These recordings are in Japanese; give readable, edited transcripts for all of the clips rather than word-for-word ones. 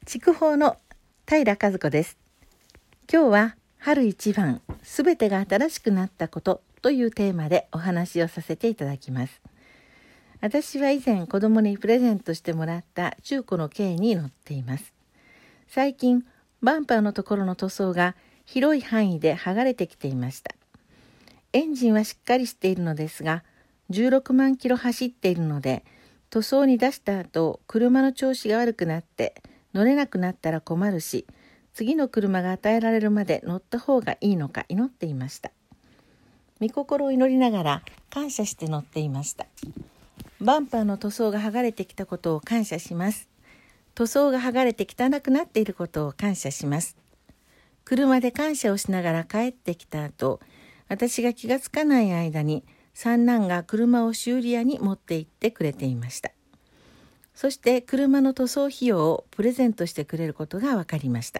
筑豊の平和子です。今日は春一番すべてが新しくなったことというテーマでお話をさせていただきます。私は以前子供にプレゼントしてもらった中古の軽に乗っています。最近バンパーのところの塗装が広い範囲で剥がれてきていました。エンジンはしっかりしているのですが、16万キロ走っているので、塗装に出した後車の調子が悪くなって乗れなくなったら困るし、次の車が与えられるまで乗った方がいいのか祈っていました。御心を祈りながら感謝して乗っていました。バンパーの塗装が剥がれてきたことを感謝します。塗装が剥がれて汚くなっていることを感謝します。車で感謝をしながら帰ってきた後、私が気がつかない間に三男が車を修理屋に持って行ってくれていました。そして車の塗装費用をプレゼントしてくれることが分かりました。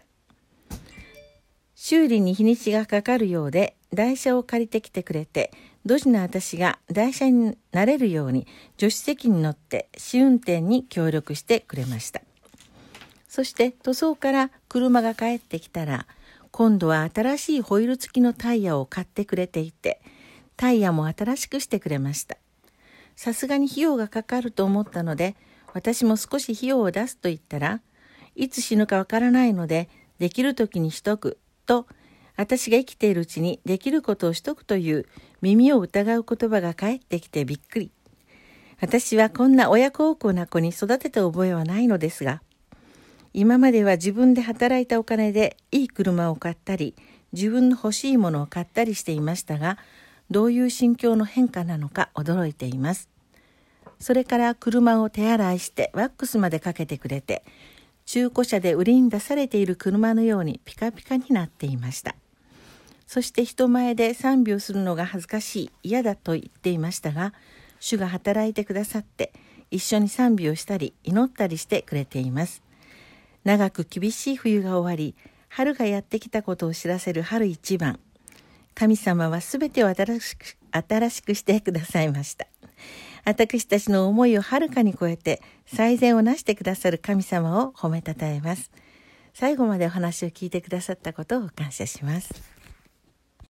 修理に日にちがかかるようで台車を借りてきてくれて、ドジな私が台車になれるように助手席に乗って試運転に協力してくれました。そして塗装から車が帰ってきたら、今度は新しいホイール付きのタイヤを買ってくれていて、タイヤも新しくしてくれました。さすがに費用がかかると思ったので、私も少し費用を出すと言ったら、いつ死ぬかわからないのでできる時にしとくと、私が生きているうちにできることをしとくという耳を疑う言葉が返ってきてびっくり。私はこんな親孝行な子に育てた覚えはないのですが、今までは自分で働いたお金でいい車を買ったり、自分の欲しいものを買ったりしていましたが、どういう心境の変化なのか驚いています。それから車を手洗いしてワックスまでかけてくれて、中古車で売りに出されている車のようにピカピカになっていました。そして人前で賛美をするのが恥ずかしい、嫌だと言っていましたが、主が働いてくださって一緒に賛美をしたり祈ったりしてくれています。長く厳しい冬が終わり、春がやってきたことを知らせる春一番。神様はすべてを新しくしてくださいました。私たちの思いをはるかに超えて最善をなしてくださる神様を褒めたたえます。最後までお話を聞いてくださったことを感謝します。